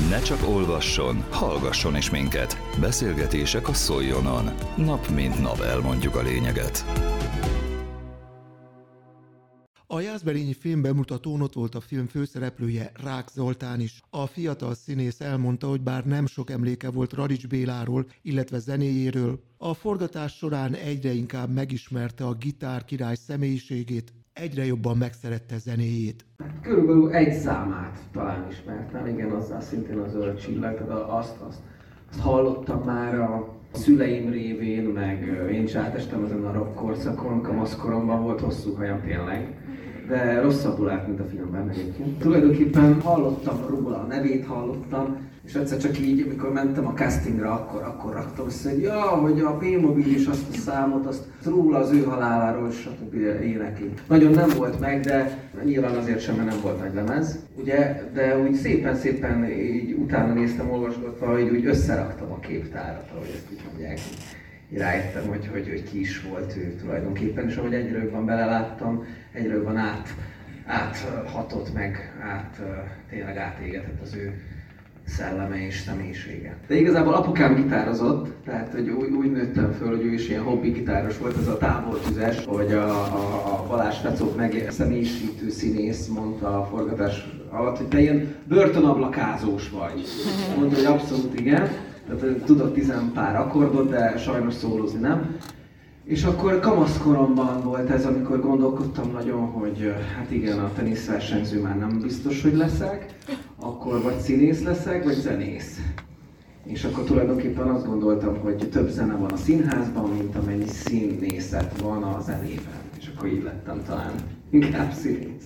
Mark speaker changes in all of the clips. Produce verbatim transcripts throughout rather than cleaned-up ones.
Speaker 1: Ne csak olvasson, hallgasson is minket. Beszélgetések a Szoljonon. Nap mint nap elmondjuk a lényeget.
Speaker 2: A Jászberényi filmbemutatón ott volt a film főszereplője, Rák Zoltán is. A fiatal színész elmondta, hogy bár nem sok emléke volt Radics Béláról, illetve zenéjéről, a forgatás során egyre inkább megismerte a gitár király személyiségét, egyre jobban megszerette zenéjét.
Speaker 3: Körülbelül egy számát talán ismertem, igen, azzal szintén a Zöld Csillag, tehát azt, azt, azt hallottam már a szüleim révén, meg én is átestem ezen a rock korszakon, kamaszkoromban volt hosszú hajam tényleg, de rosszabbul állt, mint a filmben egyébként. Tulajdonképpen hallottam róla, a nevét hallottam, és egyszer csak így, amikor mentem a castingra, akkor, akkor raktam össze, hogy ja, hogy a P-mobil is azt a számot, azt róla az ő haláláról, stb. Énekli. Nagyon nem volt meg, de nyilván azért sem, mert nem volt nagy lemez, ugye, de úgy szépen-szépen így utána néztem, olvasgatva, hogy úgy összeraktam a képtárat, ahogy ezt úgy mondják. Rájöttem, hogy, hogy, hogy ki is volt ő tulajdonképpen, és ahogy egyre jobban beleláttam, egyre jobban át, áthatott meg, át, tényleg átégetett az ő szelleme és személyisége. De igazából apukám gitározott, tehát hogy úgy, úgy nőttem föl, hogy ő is ilyen hobbi gitáros volt, ez a távoltüzes, hogy a, a, a Balázs Fecók meg személyisítő színész mondta a forgatás alatt, hogy te ilyen börtönablakázós vagy. Mondta, hogy abszolút igen. Tehát tudott tizen pár akkordot, de sajnos szólózni nem. És akkor kamaszkoromban volt ez, amikor gondolkodtam nagyon, hogy hát igen, a teniszversenyző már nem biztos, hogy leszek, akkor vagy színész leszek, vagy zenész. És akkor tulajdonképpen azt gondoltam, hogy több zene van a színházban, mint amennyi színészet van a zenében. És akkor így lettem talán inkább színész.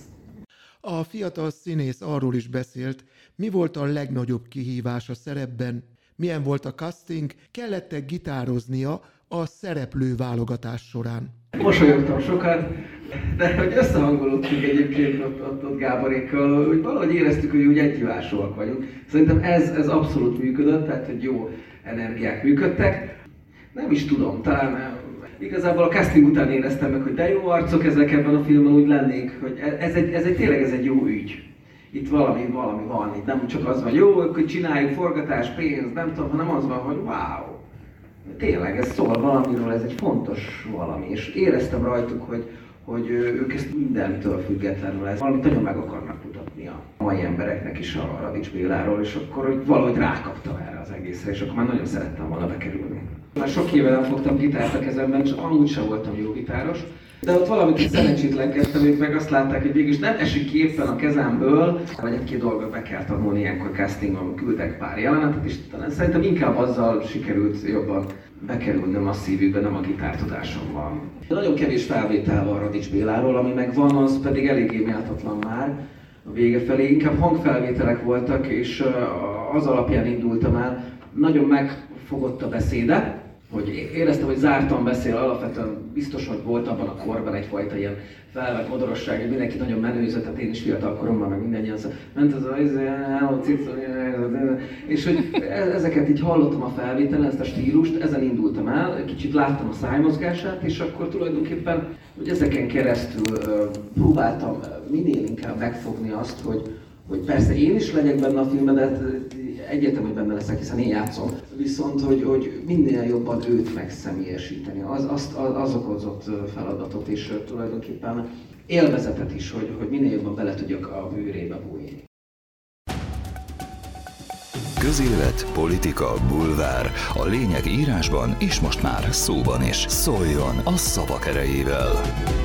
Speaker 2: A fiatal színész arról is beszélt, mi volt a legnagyobb kihívás a szerepben, milyen volt a casting, kellett-e gitároznia a szereplő válogatás során.
Speaker 3: Mosolyogtam sokat, de hogy összehangolódtunk egyébként ott, ott, ott Gáborékkal, hogy valahogy éreztük, hogy úgy egyhívásúak vagyunk. Szerintem ez, ez abszolút működött, tehát hogy jó energiák működtek. Nem is tudom, talán igazából a casting után éreztem meg, hogy de jó arcok ezek ebben a filmben úgy lennék, hogy ez egy, ez egy tényleg ez egy jó ügy. Itt valami, valami van, itt nem csak az van, jó, hogy csináljuk forgatás, pénz, nem tudom, hanem az van, hogy wow. Tényleg, ez szól valamiről, ez egy fontos valami, és éreztem rajtuk, hogy, hogy ők ezt mindentől függetlenül, ez valamit nagyon meg akarnak mutatni a mai embereknek is a Radics Béláról, és akkor hogy valahogy rákaptam erre az egészre, és akkor már nagyon szerettem volna bekerülni. Már sok éve nem fogtam gitárt a kezemben, és amúgy sem voltam jó gitáros, de ott valamit szerencsétlenkedtem, ők meg azt látták, hogy végülis nem esik ki éppen a kezemből, vagy egy-két dolgot be kell tanulni ilyenkor castingban, küldtek pár jelenetet, és szerintem inkább azzal sikerült jobban bekerülnöm a szívükbe, nem a gitártudásommal. Nagyon kevés felvétel van Radics Béláról, ami meg van, az pedig eléggé méltatlan már a vége felé. Inkább hangfelvételek voltak, és az alapján indultam el. Nagyon megfogott a beszéde, hogy éreztem, hogy zártan beszél, alapvetően biztos, hogy volt abban a korban egyfajta ilyen felvett modorosság, hogy mindenki nagyon menőzött, tehát én is fiatal koromban, meg mindannyian, szóval ment az a és hogy ezeket így hallottam a felvételen, ezt a stílust, ezen indultam el, kicsit láttam a szájmozgását, és akkor tulajdonképpen, hogy ezeken keresztül próbáltam minél inkább megfogni azt, hogy, hogy persze én is legyek benne a filmben, de egyértelmű, hogy benne leszek, hiszen én játszom. Viszont, hogy, hogy minél jobban őt megszemélyesíteni, az, azt, az okozott feladatot, és tulajdonképpen élvezetet is, hogy, hogy minél jobban bele tudjak a bőrébe bújni.
Speaker 1: Közélet, politika, bulvár. A lényeg írásban és most már szóban is. Szóljon a szavak erejével!